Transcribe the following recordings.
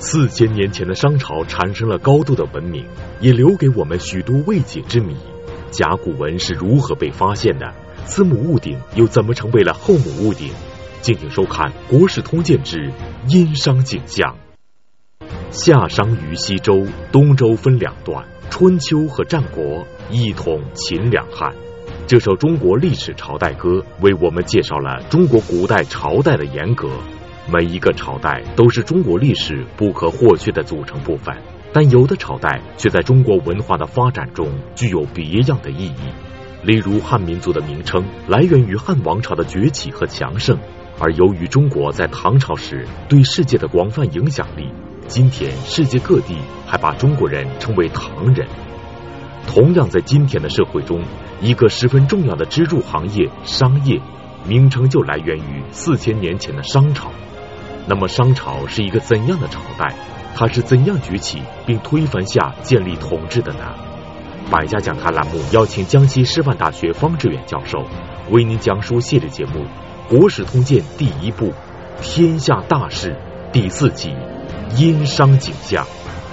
4000年前的商朝产生了高度的文明，也留给我们许多未解之谜。甲骨文是如何被发现的？子母屋顶又怎么成为了后母屋顶？敬请收看《国史通鉴之殷商景象》。夏商于西周，东周分两段，春秋和战国一统秦两汉。这首中国历史朝代歌为我们介绍了中国古代朝代的沿革。每一个朝代都是中国历史不可或缺的组成部分，但有的朝代却在中国文化的发展中具有别样的意义。例如汉民族的名称来源于汉王朝的崛起和强盛，而由于中国在唐朝时对世界的广泛影响力，今天世界各地还把中国人称为唐人。同样在今天的社会中，一个十分重要的支柱行业商业，名称就来源于4000年前的商朝。那么商朝是一个怎样的朝代？它是怎样崛起并推翻下建立统治的呢？百家讲坛栏目邀请江西师范大学方志远教授为您讲述系列节目《国史通鉴》第1部《天下大事》第4集殷商景象。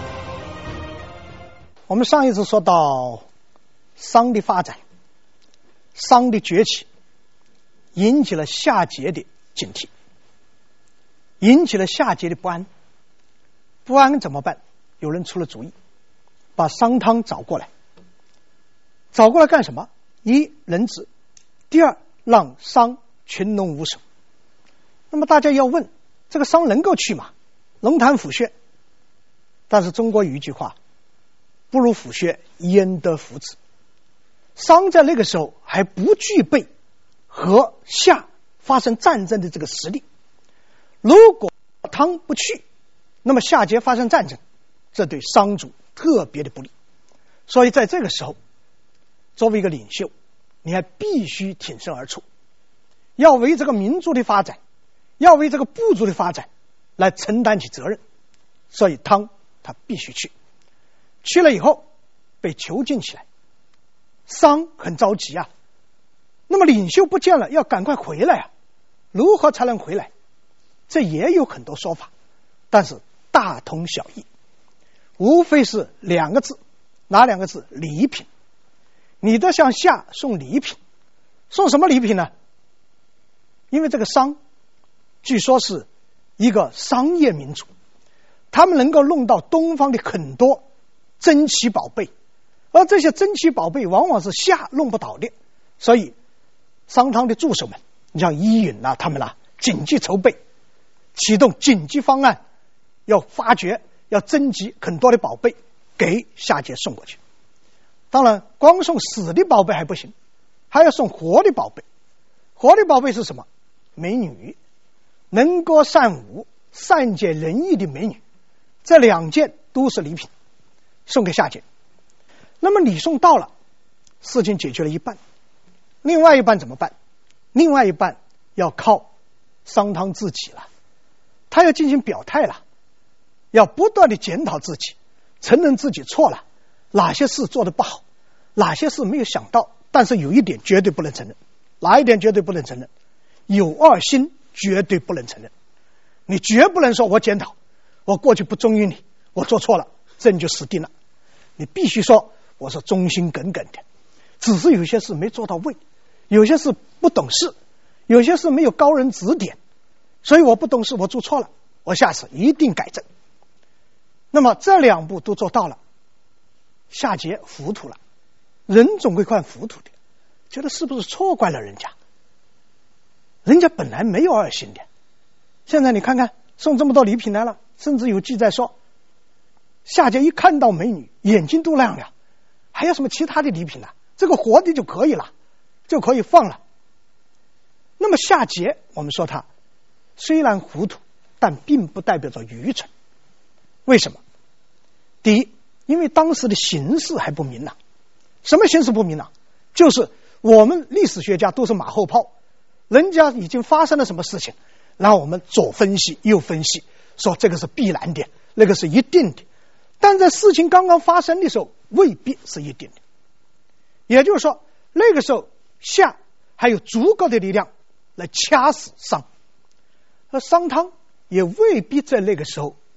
我们上一次说到商的发展，商的崛起引起了夏桀的警惕，引起了夏桀的不安。不安怎么办？有人出了主意，把商汤找过来。找过来干什么？一，人质；第二，让商群龙无首。那么大家要问，这个商能够去吗？龙潭虎穴。但是中国有一句话，不入虎穴焉得虎子。商在那个时候还不具备和夏发生战争的这个实力。如果汤不去，那么夏桀发生战争，这对商主特别的不利。所以在这个时候，作为一个领袖，你还必须挺身而出，要为这个民族的发展，要为这个部族的发展来承担起责任。所以汤他必须去。去了以后被囚禁起来，商很着急啊。那么领袖不见了，要赶快回来啊，如何才能回来？这也有很多说法，但是大同小异，无非是两个字。哪两个字？礼品。你得向夏送礼品。送什么礼品呢？因为这个商据说是一个商业民族，他们能够弄到东方的很多珍奇宝贝，而这些珍奇宝贝往往是夏弄不倒的。所以商汤的助手们，你像伊尹啊，他们啊紧急筹备，启动紧急方案，要发掘，要征集很多的宝贝给夏桀送过去。当然光送死的宝贝还不行，还要送活的宝贝。活的宝贝是什么？美女，能歌善舞、善解人意的美女。这两件都是礼品，送给夏桀。那么礼送到了，事情解决了一半，另外一半怎么办？另外一半要靠商汤自己了，他要进行表态了，要不断的检讨自己，承认自己错了，哪些事做得不好，哪些事没有想到。但是有一点绝对不能承认，哪一点绝对不能承认？有二心绝对不能承认。你绝不能说我检讨，我过去不忠于你，我做错了，这你就死定了。你必须说我是忠心耿耿的，只是有些事没做到位，有些事不懂事，有些事没有高人指点，所以我不懂事，我做错了，我下次一定改正。那么这两步都做到了，夏桀糊涂了。人总会看糊涂的，觉得是不是错怪了人家？人家本来没有二心的。现在你看看送这么多礼品来了，甚至有记载说夏桀一看到美女眼睛都亮了，还有什么其他的礼品呢？这个活的就可以了，就可以放了。那么夏桀我们说他虽然糊涂，但并不代表着愚蠢。为什么？第一，因为当时的形势还不明朗。什么形势不明朗？就是我们历史学家都是马后炮，人家已经发生了什么事情，然后我们左分析右分析，说这个是必然的，那个是一定的。但在事情刚刚发生的时候，未必是一定的。也就是说，那个时候夏还有足够的力量来掐死商，而商汤也未必在那个时候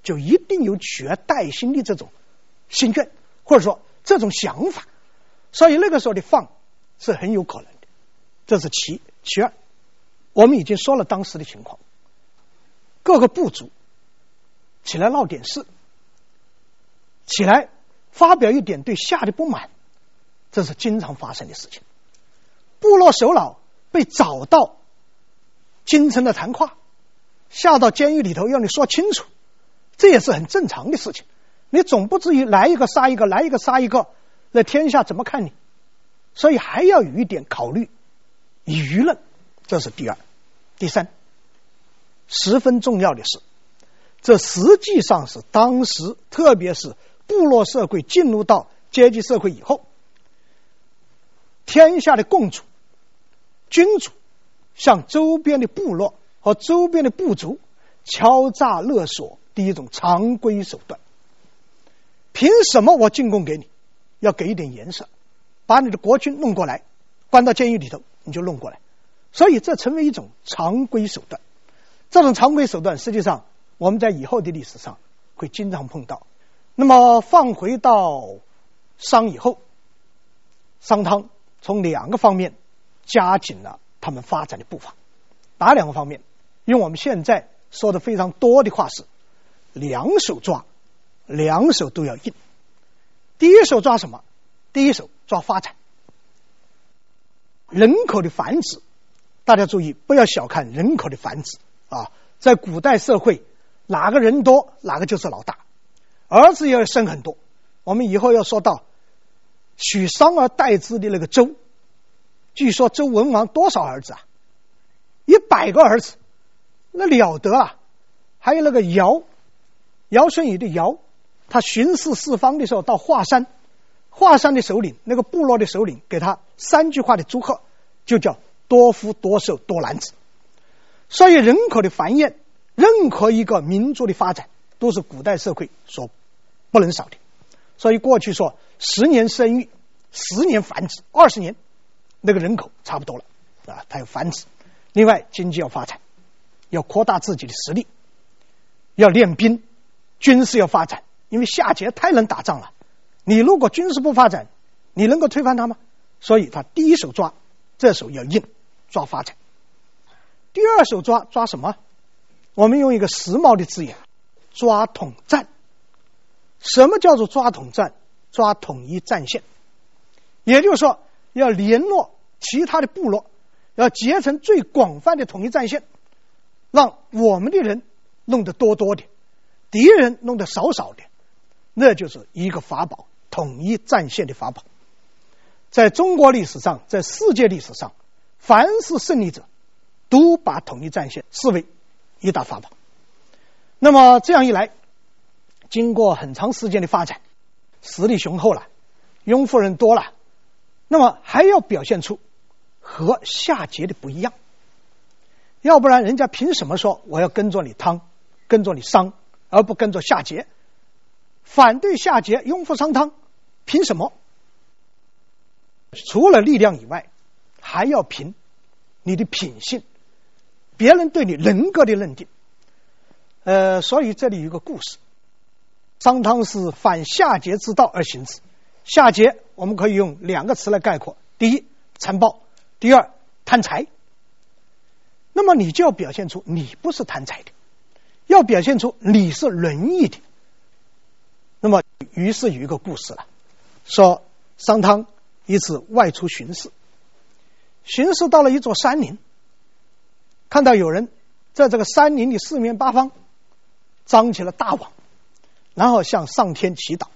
就一定有取而代新的这种心愿，或者说这种想法，所以那个时候的放是很有可能的。这是其一。其二，我们已经说了当时的情况，各个部族起来闹点事，起来发表一点对夏的不满，这是经常发生的事情。部落首脑被找到京城的谈话，下到监狱里头要你说清楚，这也是很正常的事情。你总不至于来一个杀一个，来一个杀一个，那天下怎么看你？所以还要有一点考虑舆论，这是第二。第三，十分重要的是，这实际上是当时特别是部落社会进入到阶级社会以后，天下的共主君主向周边的部落和周边的部族敲诈勒索的一种常规手段。凭什么我进贡给你？要给一点颜色，把你的国君弄过来，关到监狱里头，你就弄过来。所以这成为一种常规手段。这种常规手段实际上我们在以后的历史上会经常碰到。那么放回到商以后，商汤从两个方面加紧了他们发展的步伐。哪两个方面？用我们现在说的非常多的话是两手抓，两手都要硬。第一手抓什么？第一手抓发展，人口的繁殖。大家注意，不要小看人口的繁殖啊！在古代社会，哪个人多，哪个就是老大，儿子也要生很多。我们以后要说到取商而代之的那个周，据说周文王多少儿子啊？100个儿子，那了得啊！还有那个尧舜禹的尧，他巡视四方的时候到华山，华山的首领，那个部落的首领给他3句话的祝贺，就叫多夫多寿多男子。所以人口的繁衍，任何一个民族的发展都是古代社会所不能少的。所以过去说10年生育10年繁殖20年，那个人口差不多了啊，它有繁殖。另外经济要发展，要扩大自己的实力，要练兵，军事要发展，因为夏桀太能打仗了，你如果军事不发展，你能够推翻他吗？所以他第一手抓，这手要硬，抓发展。第二手抓什么？我们用一个时髦的字眼，抓统战。什么叫做抓统战？抓统一战线。也就是说要联络其他的部落，要结成最广泛的统一战线，让我们的人弄得多多的，敌人弄得少少的，那就是一个法宝，统一战线的法宝。在中国历史上，在世界历史上，凡是胜利者都把统一战线视为一大法宝。那么这样一来，经过很长时间的发展，实力雄厚了，拥护人多了，那么还要表现出和夏桀的不一样，要不然人家凭什么说我要跟着你汤，跟着你商，而不跟着夏桀？反对夏桀，拥护商汤，凭什么？除了力量以外，还要凭你的品性，别人对你人格的认定。所以这里有一个故事，商汤是反夏桀之道而行之。夏桀我们可以用2个词来概括：第一，残暴；第二，贪财。那么你就要表现出你不是贪财的，要表现出你是仁义的。那么于是有一个故事了，说商汤一次外出巡视，巡视到了一座山林，看到有人在这个山林的四面八方张起了大网，然后向上天祈祷。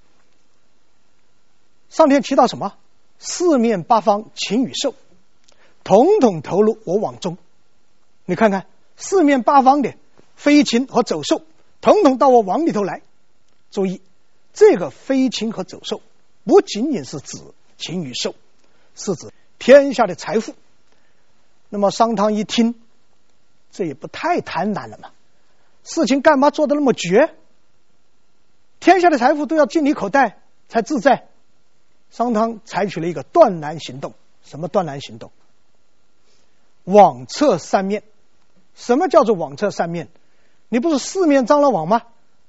上天祈祷什么？四面八方禽与兽统统投入我网中。你看看四面八方的飞禽和走兽统统到我网里头来。注意，这个飞禽和走兽不仅仅是指禽与兽，是指天下的财富。那么商汤一听，这也不太贪婪了嘛，事情干嘛做得那么绝？天下的财富都要进你口袋才自在。商汤采取了一个断然行动。什么断然行动？网测三面。什么叫做网测三面？你不是四面张了网吗？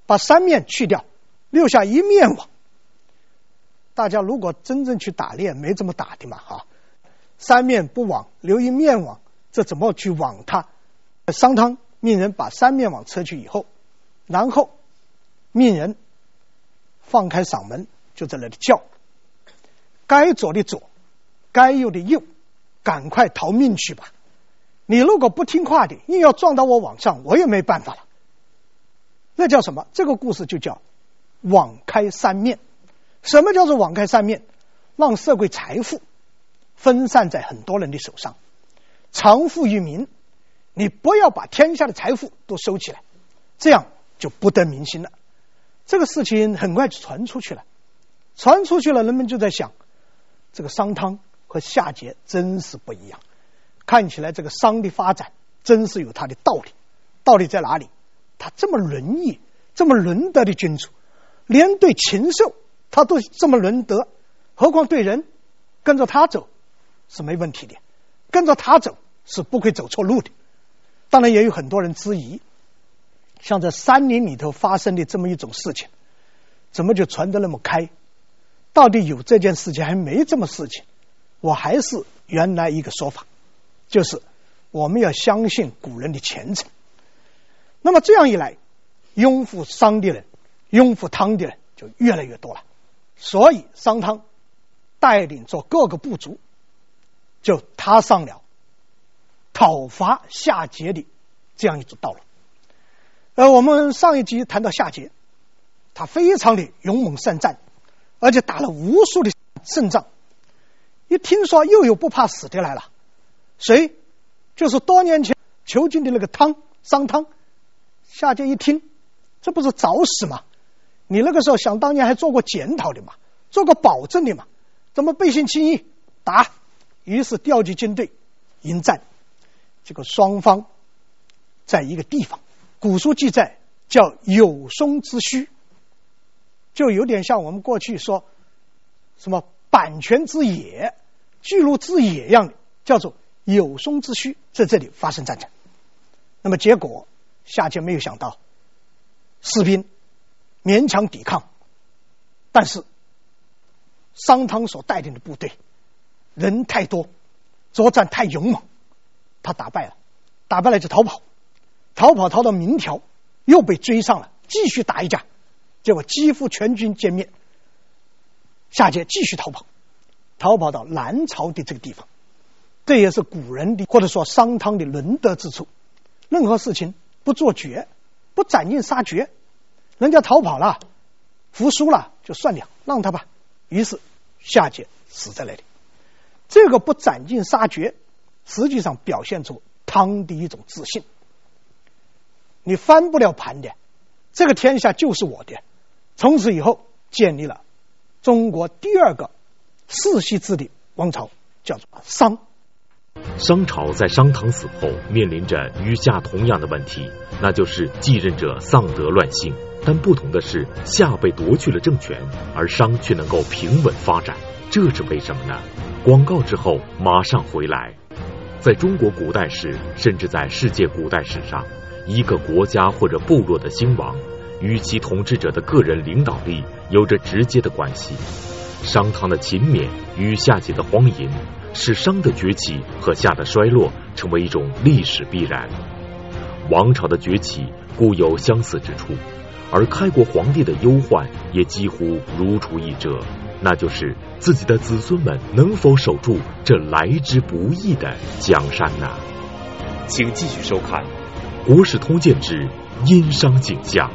把三面去掉，留下一面网。大家如果真正去打猎，没这么打的嘛哈，三面不网，留一面网，这怎么去网它？商汤命人把三面网撤去以后，然后命人放开嗓门，就在那里叫，该左的左，该右的右，赶快逃命去吧！你如果不听话的，硬要撞到我网上，我也没办法了。那叫什么？这个故事就叫网开三面。什么叫做网开三面？让社会财富分散在很多人的手上，藏富于民。你不要把天下的财富都收起来，这样就不得民心了。这个事情很快就传出去了，人们就在想，这个商汤和夏桀真是不一样。看起来这个商的发展真是有他的道理。道理在哪里？他这么仁义，这么仁德的君主，连对禽兽他都这么仁德，何况对人？跟着他走是没问题的，跟着他走是不会走错路的。当然也有很多人质疑，像在山林里头发生的这么一种事情，怎么就传得那么开？到底有这件事情还没这么事情？我还是原来一个说法，就是我们要相信古人的虔诚。那么这样一来，拥护商的人，拥护汤的人就越来越多了。所以商汤带领着各个部族，就踏上了讨伐夏桀的这样一种道路。我们上一集谈到夏桀，他非常的勇猛善战，而且打了无数的胜仗。一听说又有不怕死的来了，谁？就是多年前囚禁的那个商汤。夏桀一听，这不是找死吗？你那个时候想当年还做过检讨的嘛，做过保证的嘛，怎么背信弃义？打！于是调集军队迎战。这个双方在一个地方，古书记载叫有松之墟，就有点像我们过去说什么版权之野、巨鹿之野一样的，叫做有松之墟，在这里发生战争。那么结果夏桀没有想到，士兵勉强抵抗，但是商汤所带领的部队人太多，作战太勇猛，他打败了就逃跑到明条，又被追上了，继续打一架，结果几乎全军歼灭。夏桀继续逃跑到南朝的这个地方。这也是古人的或者说商汤的仁德之处，任何事情不做绝，不斩尽杀绝，人家逃跑了服输了就算了，让他吧。于是夏桀死在那里。这个不斩尽杀绝实际上表现出汤的一种自信，你翻不了盘的，这个天下就是我的。从此以后建立了中国第二个世袭制的王朝，叫做商。 商朝在商汤死后面临着与夏同样的问题，那就是继任者丧德乱幸。但不同的是，夏被夺去了政权，而商却能够平稳发展，这是为什么呢？广告之后马上回来。在中国古代史，甚至在世界古代史上，一个国家或者部落的兴亡与其统治者的个人领导力有着直接的关系。商汤的勤勉与夏桀的荒淫，使商的崛起和夏的衰落成为一种历史必然。王朝的崛起固有相似之处，而开国皇帝的忧患也几乎如出一辙，那就是自己的子孙们能否守住这来之不易的江山呢？请继续收看《国史通鉴之殷商景象》。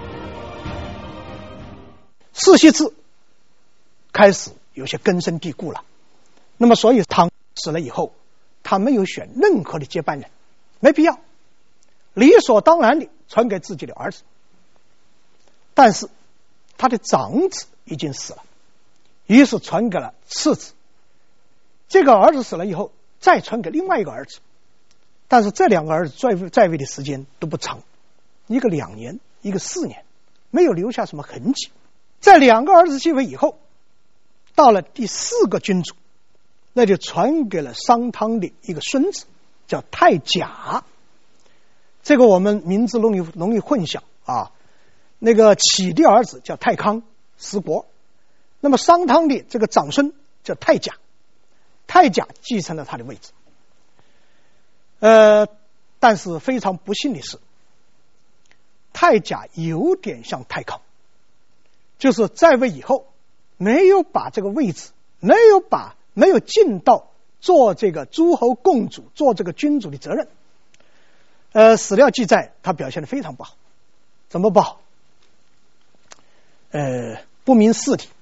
世袭制开始有些根深蒂固了。那么所以汤死了以后，他没有选任何的接班人，没必要，理所当然的传给自己的儿子。但是他的长子已经死了，于是传给了次子。这个儿子死了以后，再传给另外一个儿子。但是这两个儿子在位的时间都不长，一个2年，一个4年，没有留下什么痕迹。在两个儿子继位以后，到了第4个君主，那就传给了商汤的一个孙子，叫太甲。这个我们名字容易混淆啊。 那个启的儿子叫太康十国，那么商汤的这个长孙叫太甲，太甲继承了他的位置。但是非常不幸的是，太甲有点像太康，就是在位以后没有把这个位置没有尽到做这个诸侯共主做这个君主的责任。史料记载他表现得非常不好。怎么不好？不明事理，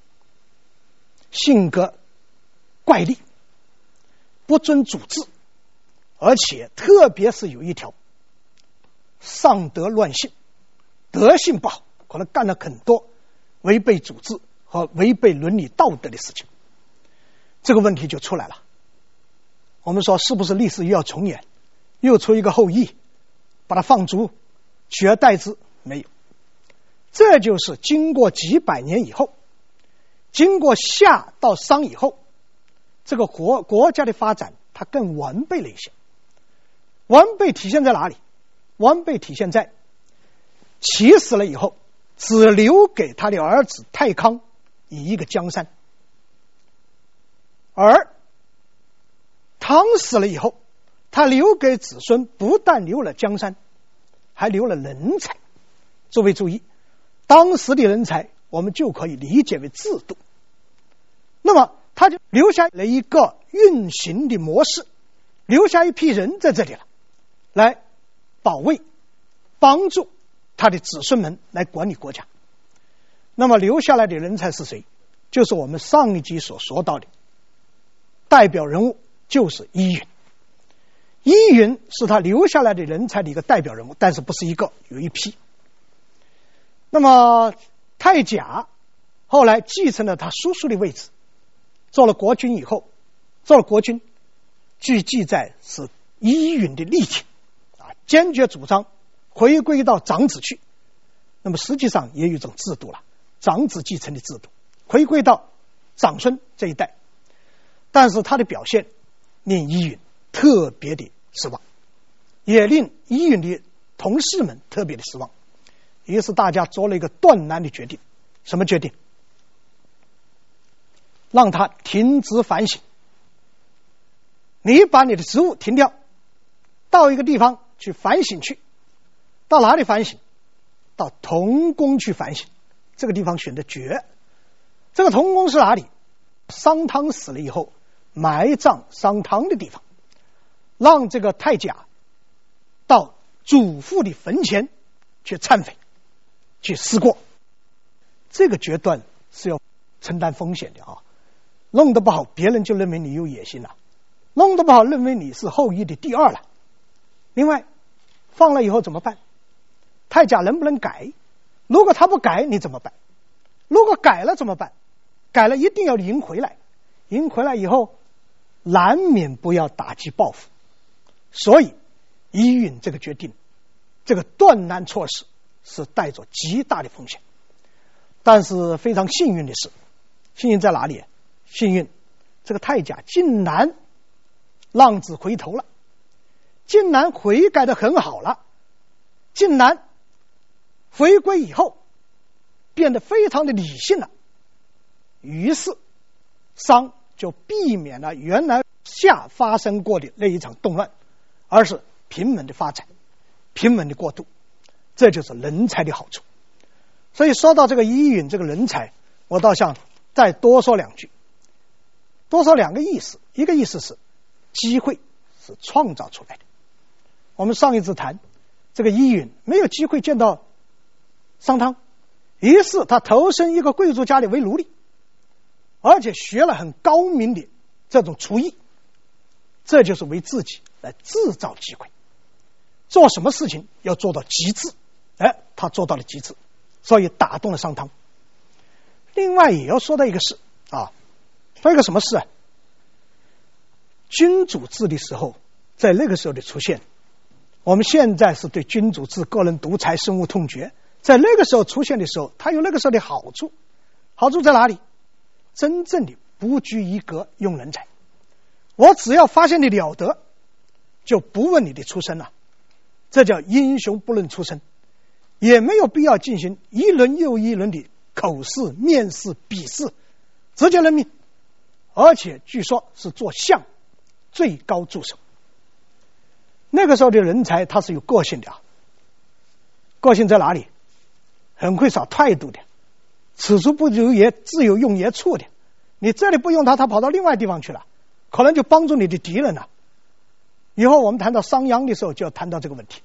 性格怪戾，不遵主制，而且特别是有一条丧德乱性，德性不好，可能干了很多违背主制和违背伦理道德的事情。这个问题就出来了。我们说是不是历史又要重演，又出一个后羿把他放逐取而代之？没有。这就是经过几百年以后，经过夏到商以后，这个国家的发展它更完备了一些。完备体现在哪里？完备体现在齐死了以后只留给他的儿子太康一个江山，而汤死了以后，他留给子孙不但留了江山，还留了人才。诸位注意，当时的人才我们就可以理解为制度，那么他就留下了一个运行的模式，留下一批人在这里了，来保卫帮助他的子孙们来管理国家。那么留下来的人才是谁？就是我们上一集所说到的代表人物，就是伊尹。伊尹是他留下来的人才的一个代表人物，但是不是一个，有一批。那么太甲后来继承了他叔叔的位置，做了国君以后，据记载是伊尹的力挺坚决主张回归到长子去。那么实际上也有一种制度了，长子继承的制度，回归到长孙这一代。但是他的表现令伊尹特别的失望，也令伊尹的同事们特别的失望。于是大家做了一个断然的决定。什么决定？让他停止反省，你把你的职务停掉，到一个地方去反省去。到哪里反省？到同宫去反省。这个地方选的绝。这个同宫是哪里？商汤死了以后埋葬商汤的地方，让这个太甲到祖父的坟前去忏悔，去思过。这个决断是要承担风险的啊！弄得不好，别人就认为你有野心了；弄得不好，认为你是后羿的第二了。另外，放了以后怎么办？太甲能不能改？如果他不改，你怎么办？如果改了怎么办？改了一定要赢回来，赢回来以后难免不要打击报复。所以伊尹这个决定，这个断然措施是带着极大的风险。但是非常幸运的是，幸运在哪里？幸运这个太甲竟然浪子回头了，竟然悔改得很好了，竟然回归以后变得非常的理性了。于是商就避免了原来夏发生过的那一场动乱，而是平稳的发展，平稳的过渡。这就是人才的好处。所以说到这个伊尹这个人才，我倒想再多说两句，多说两个意思。一个意思是机会是创造出来的。我们上一次谈这个伊尹没有机会见到商汤，于是他投身一个贵族家里为奴隶，而且学了很高明的这种厨艺，这就是为自己来制造机会。做什么事情要做到极致，他做到了极致，所以打动了商汤。另外也要说到一个事说一个什么事啊？君主制的时候，在那个时候的出现，我们现在是对君主制个人独裁深恶痛绝，在那个时候出现的时候，它有那个时候的好处。好处在哪里？真正的不拘一格用人才，我只要发现你了得，就不问你的出身了，这叫英雄不论出身。 也没有必要进行一轮又一轮的口试、面试、笔试，直接任命，而且据说是做相最高助手。那个时候的人才他是有个性的，个性在哪里？很会耍态度的，此处不留爷，自有用爷处的。你这里不用他，他跑到另外地方去了，可能就帮助你的敌人了。以后我们谈到商鞅的时候，就要谈到这个问题。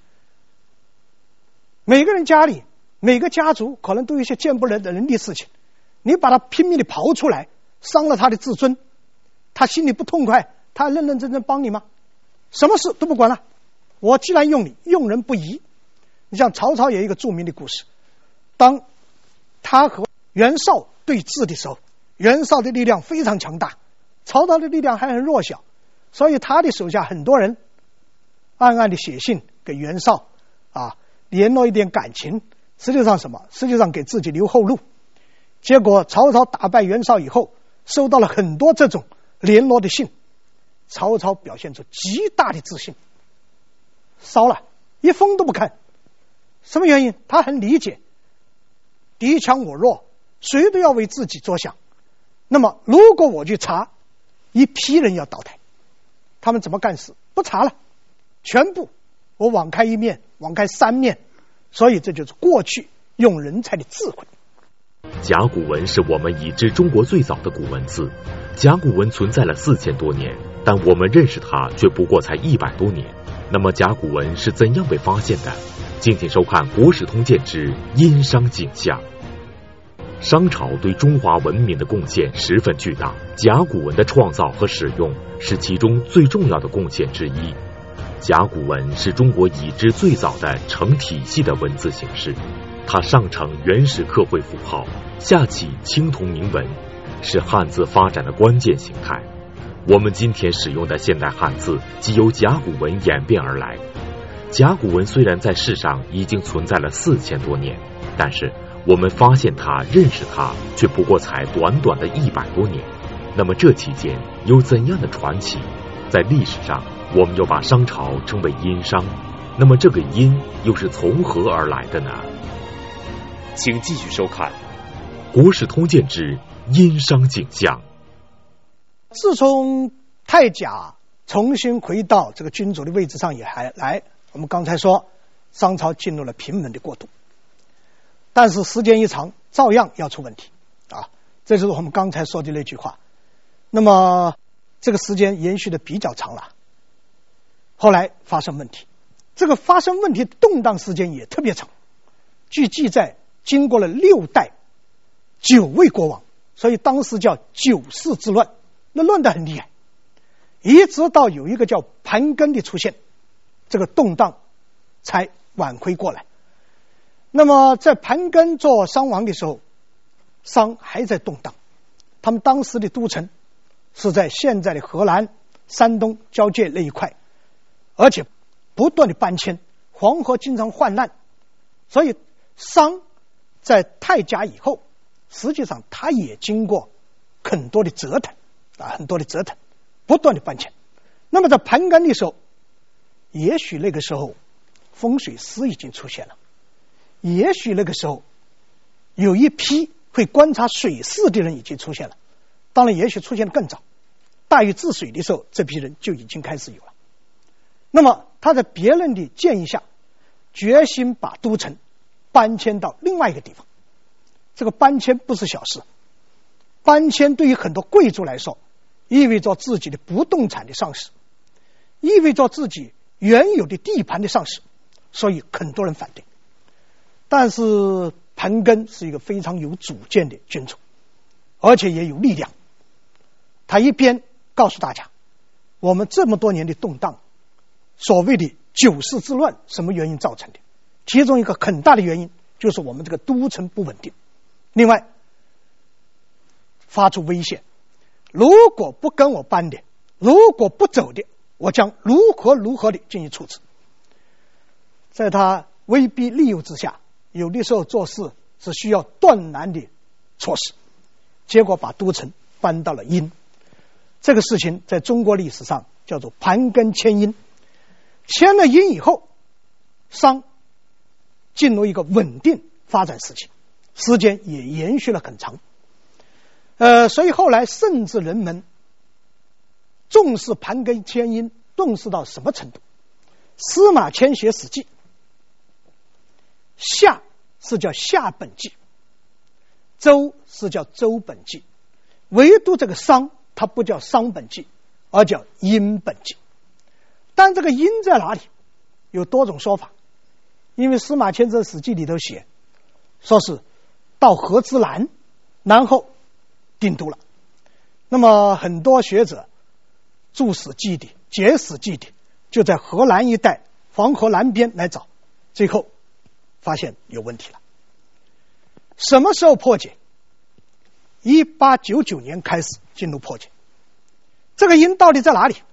每个人家里，每个家族可能都有一些见不得人的事情，你把他拼命的刨出来，伤了他的自尊，他心里不痛快，他认认真真帮你吗？什么事都不管了，我既然用你，用人不疑。你像曹操有一个著名的故事，当他和袁绍对峙的时候，袁绍的力量非常强大，曹操的力量还很弱小，所以他的手下很多人暗暗的写信给袁绍联络一点感情，实际上什么？实际上给自己留后路。结果曹操打败袁绍以后，收到了很多这种联络的信，曹操表现出极大的自信，烧了，一封都不看。什么原因？他很理解敌强我弱，谁都要为自己着想。那么如果我去查，一批人要倒台，他们怎么干事？不查了，全部我网开一面，网开三面。所以这就是过去用人才的智慧。 甲骨文是我们已知中国最早的古文字，甲骨文存在了4000多年，但我们认识它却不过才100多年。那么甲骨文是怎样被发现的？敬请收看《国史通鉴之殷商景象》。商朝对中华文明的贡献十分巨大，甲骨文的创造和使用是其中最重要的贡献之一。甲骨文是中国已知最早的成体系的文字形式，它上承原始刻绘符号，下启青铜铭文，是汉字发展的关键形态。我们今天使用的现代汉字即由甲骨文演变而来。甲骨文虽然在世上已经存在了4000多年，但是我们发现它、认识它却不过才短短的100多年。那么这期间有怎样的传奇？在历史上我们又把商朝称为殷商，那么这个殷又是从何而来的呢？请继续收看《国史通鉴之殷商景象》。 自从太甲重新回到这个君主的位置上也还来，我们刚才说商朝进入了平稳的过渡，但是时间一长照样要出问题这就是我们刚才说的那句话。那么这个时间延续的比较长了，后来发生问题，这个发生问题动荡时间也特别长。据记载经过了6代9位国王，所以当时叫9世之乱，那乱得很厉害，一直到有一个叫盘庚的出现，这个动荡才挽回过来。那么在盘庚做商王的时候，商还在动荡，他们当时的都城是在现在的河南、山东交界那一块，而且不断的搬迁，黄河经常泛滥，所以商在太甲以后，实际上他也经过很多的折腾不断的搬迁。那么在盘庚的时候，也许那个时候风水师已经出现了，也许那个时候有一批会观察水势的人已经出现了，当然也许出现的更早，大禹治水的时候这批人就已经开始有了。那么他在别人的建议下，决心把都城搬迁到另外一个地方。这个搬迁不是小事，搬迁对于很多贵族来说意味着自己的不动产的丧失，意味着自己原有的地盘的丧失，所以很多人反对。但是盘庚是一个非常有主见的君主，而且也有力量，他一边告诉大家我们这么多年的动荡，所谓的9世之乱什么原因造成的，其中一个很大的原因就是我们这个都城不稳定。另外发出威胁，如果不跟我搬的，如果不走的，我将如何的进行处置。在他威逼利诱之下，有的时候做事是需要断然的措施，结果把都城搬到了殷。这个事情在中国历史上叫做盘庚迁殷。迁了殷以后，商进入一个稳定发展时期，时间也延续了很长。所以后来甚至人们重视盘庚迁殷，重视到什么程度？司马迁写《史记》，夏是叫夏本纪，周是叫周本纪，唯独这个商它不叫商本纪，而叫殷本纪。但这个殷在哪里？有多种说法。因为司马迁在《史记》里头写，说是到河之南，然后定都了。那么很多学者注《史记》的、解《史记》的，就在河南一带、黄河南边来找，最后发现有问题了。什么时候破解？1899年开始进入破解。这个殷到底在哪里？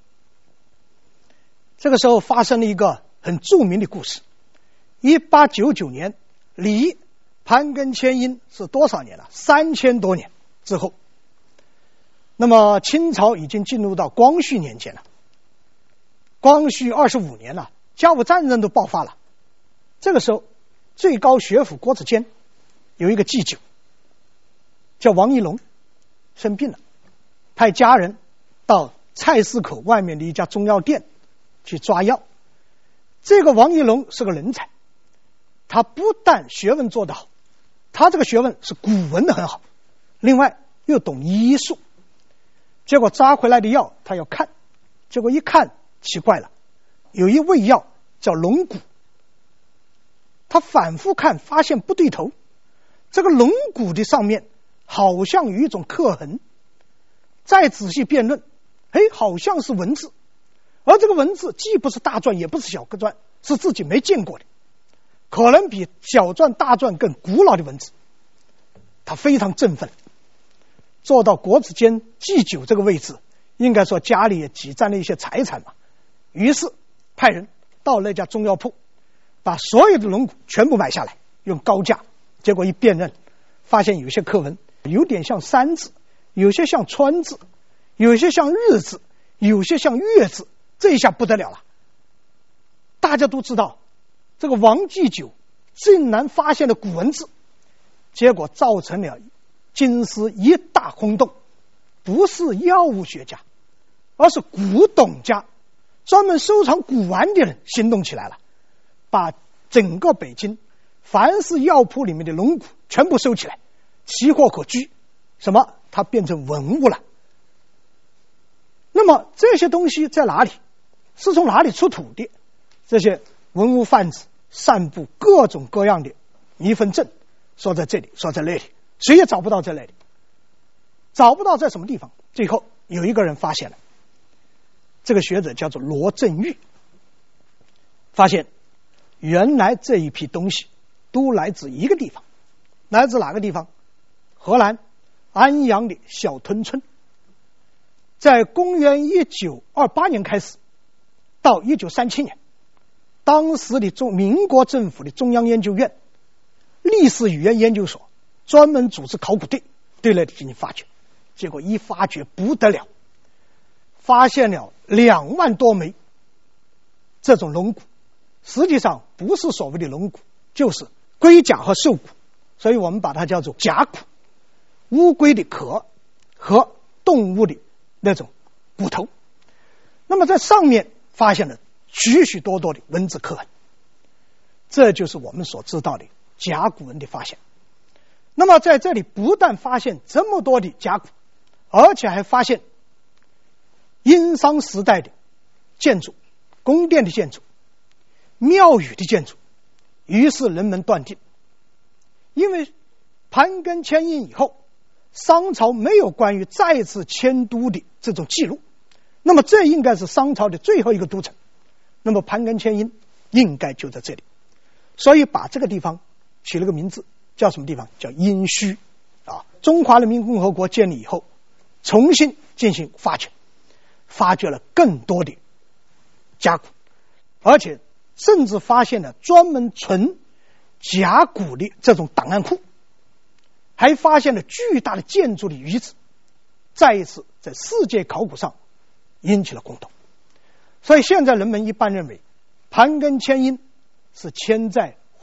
这个时候发生了一个很著名的故事。1899年离盘庚迁殷是多少年了？3000多年之后。那么清朝已经进入到光绪年间了，光绪25年了，甲午战争都爆发了。这个时候最高学府国子监有一个祭酒叫王一龙，生病了，派家人到菜市口外面的一家中药店去抓药。这个王一龙是个人才，他不但学问做得好，他这个学问是古文的很好，另外又懂医术。结果抓回来的药他要看，结果一看奇怪了，有一味药叫龙骨，他反复看发现不对头，这个龙骨的上面好像有一种刻痕，再仔细辩论，好像是文字，而这个文字既不是大篆也不是小篆，是自己没见过的，可能比小篆大篆更古老的文字。他非常振奋，做到国子监祭酒这个位置，应该说家里也挤占了一些财产嘛，于是派人到那家中药铺，把所有的龙骨全部买下来，用高价。结果一辨认，发现有些刻文有点像山字，有些像川字，有些像日字，有些像月字，这一下不得了了。大家都知道这个王祭酒竟然发现了古文字，结果造成了京师一大轰动，不是药物学家，而是古董家，专门收藏古玩的人行动起来了，把整个北京凡是药铺里面的龙骨全部收起来，奇货可居。什么？它变成文物了。那么这些东西在哪里？是从哪里出土的？这些文物贩子散布各种各样的迷分证，说在这里，说在那里，谁也找不到在那里，找不到在什么地方。最后有一个人发现了，这个学者叫做罗振玉，发现原来这一批东西都来自一个地方。来自哪个地方？河南安阳的小屯村。在公元1928年开始到1937年，当时的民国政府的中央研究院历史语言研究所专门组织考古队对那里进行发掘。结果一发掘不得了，发现了2万多枚这种龙骨，实际上不是所谓的龙骨，就是龟甲和兽骨，所以我们把它叫做甲骨，乌龟的壳和动物的那种骨头。那么在上面发现了许许多多的文字刻痕，这就是我们所知道的甲骨文的发现。那么在这里不但发现这么多的甲骨，而且还发现殷商时代的建筑，宫殿的建筑，庙宇的建筑。于是人们断定，因为盘庚迁殷以后，商朝没有关于再次迁都的这种记录，那么这应该是商朝的最后一个都城，那么盘庚迁殷应该就在这里，所以把这个地方取了个名字，叫什么地方？叫殷墟啊！中华人民共和国建立以后，重新进行发掘，发掘了更多的甲骨，而且甚至发现了专门存甲骨的这种档案库，还发现了巨大的建筑的遗址，再一次在世界考古上引起了轰动。所以现在人们一般认为盘庚迁殷是迁在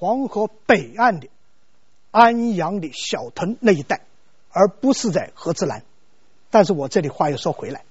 黄河北岸的安阳的小屯那一带，而不是在河之南。但是我这里话又说回来，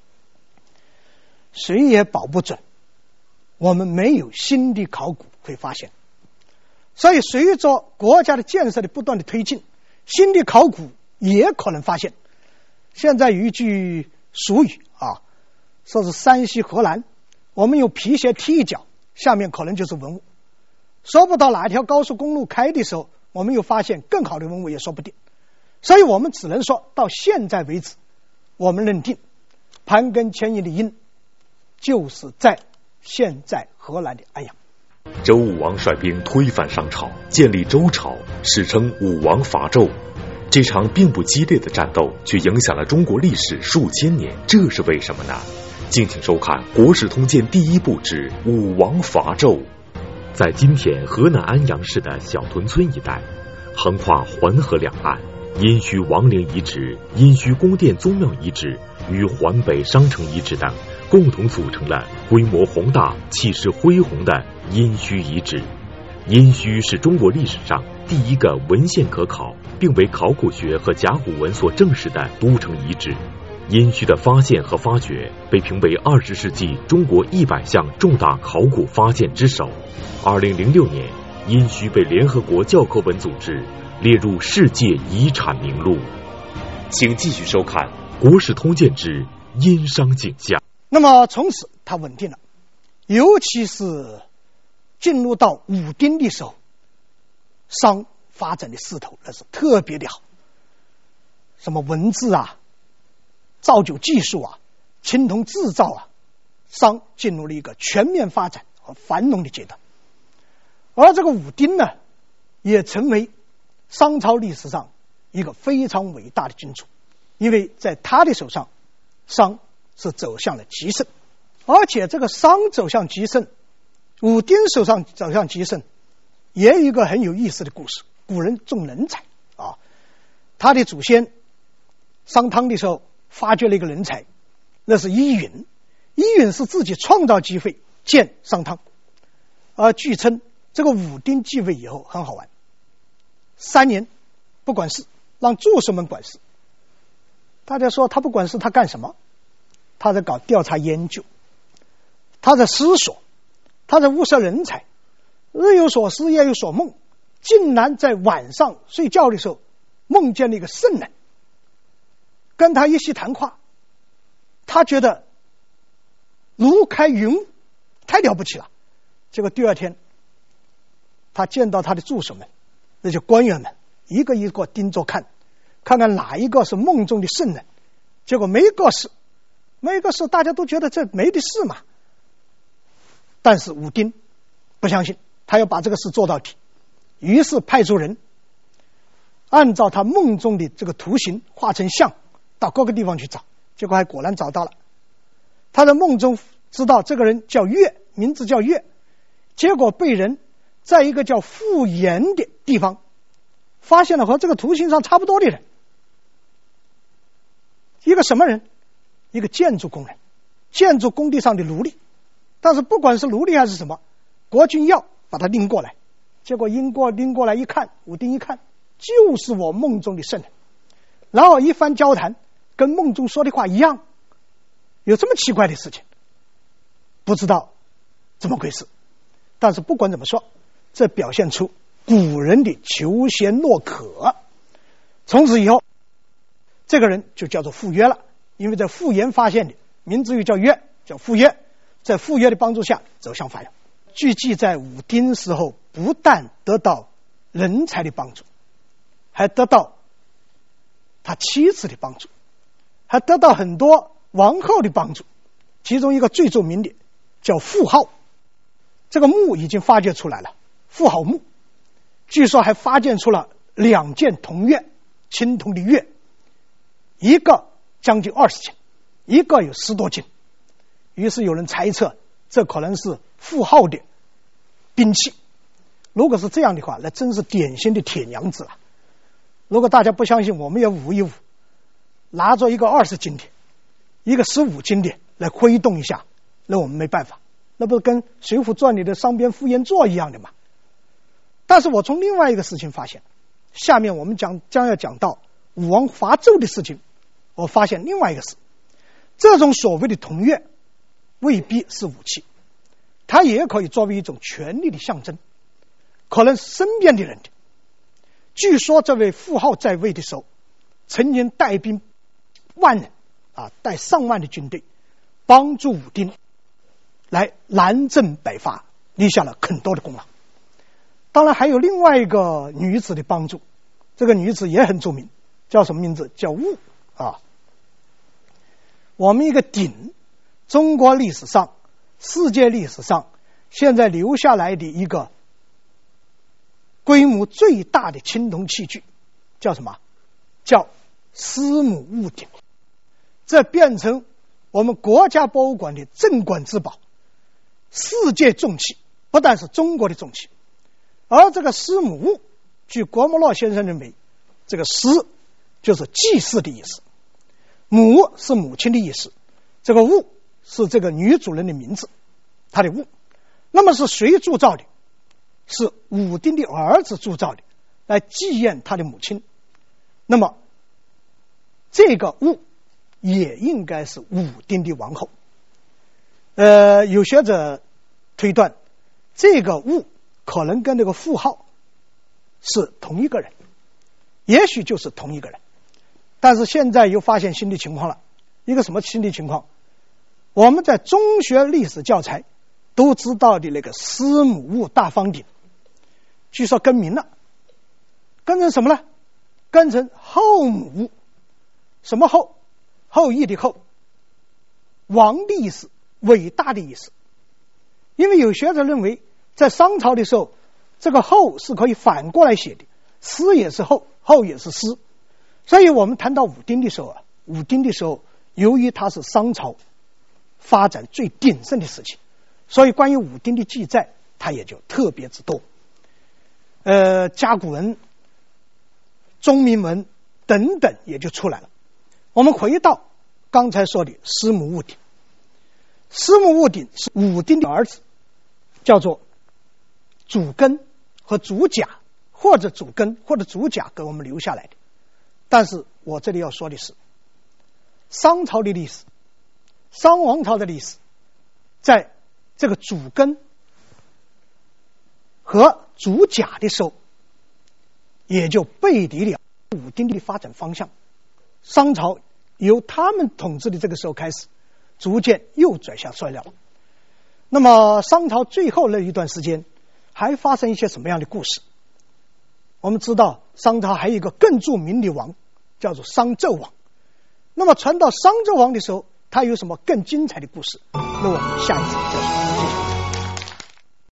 谁也保不准我们没有新的考古会发现。所以随着国家的建设的不断的推进，新的考古也可能发现。现在有一句俗语啊，说是山西河南，我们用皮鞋踢一脚，下面可能就是文物。说不到哪一条高速公路开的时候，我们又发现更好的文物也说不定。所以我们只能说到现在为止，我们认定盘庚迁移的殷就是在现在河南的安阳。 周武王率兵推翻商朝，建立周朝，史称武王伐纣。这场并不激烈的战斗却影响了中国历史数千年，这是为什么呢？敬请收看《国史通鉴》第一部之武王伐纣。在今天河南安阳市的小屯村一带，横跨环河两岸，殷墟王陵遗址、殷墟宫殿宗庙遗址与环北商城遗址等共同组成了规模宏大、气势恢宏的殷墟遗址。殷墟是中国历史上第一个文献可考并为考古学和甲骨文所证实的都城遗址。殷墟的发现和发掘被评为20世纪中国100项重大考古发现之首。2006年，殷墟被联合国教科文组织列入世界遗产名录。请继续收看《国史通鉴之殷商景象》。 那么从此它稳定了，尤其是进入到武丁的时候，商发展的势头那是特别的好，什么文字啊、造酒技术啊、青铜制造啊，商进入了一个全面发展和繁荣的阶段。而这个武丁呢，也成为商朝历史上一个非常伟大的君主，因为在他的手上，商是走向了极盛。而且这个商走向极盛，武丁手上走向极盛，也有一个很有意思的故事。古人重人才啊，他的祖先商汤的时候发掘了一个人才，那是伊允。伊允是自己创造机会建商汤。而据称这个武丁继位以后很好玩，3年不管事，让助手们管事。大家说他不管事他干什么？他在搞调查研究，他在思索，他在物色人才，日有所思夜有所梦，竟然在晚上睡觉的时候梦见了一个圣人，跟他一席谈话，他觉得如开云雾，太了不起了。结果第二天他见到他的助手们，那就官员们，一个一个盯着看看哪一个是梦中的圣人。结果没个事，大家都觉得这没的事嘛。但是武丁不相信，他要把这个事做到底，于是派出人按照他梦中的这个图形画成像，到各个地方去找，结果还果然找到了。他在梦中知道这个人叫岳，名字叫岳，结果被人在一个叫富岩的地方发现了和这个图形上差不多的人。一个什么人？一个建筑工人，建筑工地上的奴隶。但是不管是奴隶还是什么，国君要把他拎过来。结果拎过来一看，武丁一看，就是我梦中的圣人。然后一番交谈，跟梦中说的话一样。有这么奇怪的事情，不知道怎么回事。但是不管怎么说，这表现出古人的求贤若渴。从此以后，这个人就叫做傅说了，因为在傅岩发现的，名字又叫说，叫傅说。在傅说的帮助下走向繁荣。据记载，武丁时候不但得到人才的帮助，还得到他妻子的帮助，还得到很多王后的帮助。其中一个最著名的叫妇号，这个墓已经发掘出来了，妇号墓。据说还发现出了2件铜钺，青铜的钺，一个将近20斤，一个有10多斤。于是有人猜测，这可能是妇号的兵器。如果是这样的话，那真是典型的铁娘子了。如果大家不相信，我们也舞一舞，拿着一个20斤的，一个15斤的来挥动一下，那我们没办法，那不是跟《水浒传》里的上边妇炎座一样的吗？ 但是我从另外一个事情发现，下面我们将要讲到武王伐纣的事情，我发现另外一个事，这种所谓的同乐未必是武器，它也可以作为一种权力的象征，可能是身边的人的。据说这位妇好在位的时候，曾经带兵万人带上万的军队，帮助武丁来南征北伐，立下了很多的功劳。当然还有另外一个女子的帮助，这个女子也很著名，叫什么名字？叫寤我们一个鼎，中国历史上、世界历史上现在留下来的一个规模最大的青铜器具，叫什么？叫司母戊鼎。这变成我们国家博物馆的镇馆之宝，世界重器，不但是中国的重器。而这个司母戊，据郭沫若先生认为，这个司就是祭祀的意思，母是母亲的意思，这个戊是这个女主人的名字，她的戊。那么是谁铸造的？是武丁的儿子铸造的，来祭奠他的母亲。那么这个戊也应该是武丁的王后。有学者推断，这个戊可能跟那个妇好是同一个人，也许就是同一个人。但是现在又发现新的情况了，一个什么新的情况？我们在中学历史教材都知道的那个司母戊大方鼎，据说更名了，更成什么呢？更成后母戊。什么后？后羿的后，王的意思，伟大的意思。因为有学者认为，在商朝的时候，这个后是可以反过来写的，司也是后，后也是司。所以我们谈到武丁的时候武丁的时候，由于它是商朝发展最鼎盛的时期，所以关于武丁的记载，它也就特别之多。甲骨文、钟铭文等等也就出来了。我们回到刚才说的司母戊鼎，司母戊鼎是武丁的儿子，叫做祖庚和祖甲，或者祖庚或者祖甲给我们留下来的。但是我这里要说的是，商朝的历史，商王朝的历史，在这个祖庚和祖甲的时候，也就背离了武丁的发展方向。商朝由他们统治的这个时候开始，逐渐又转向衰落。那么商朝最后那一段时间还发生一些什么样的故事？我们知道商朝还有一个更著名的王，叫做商纣王。那么传到商纣王的时候，他有什么更精彩的故事？那我们下一次再说。谢谢。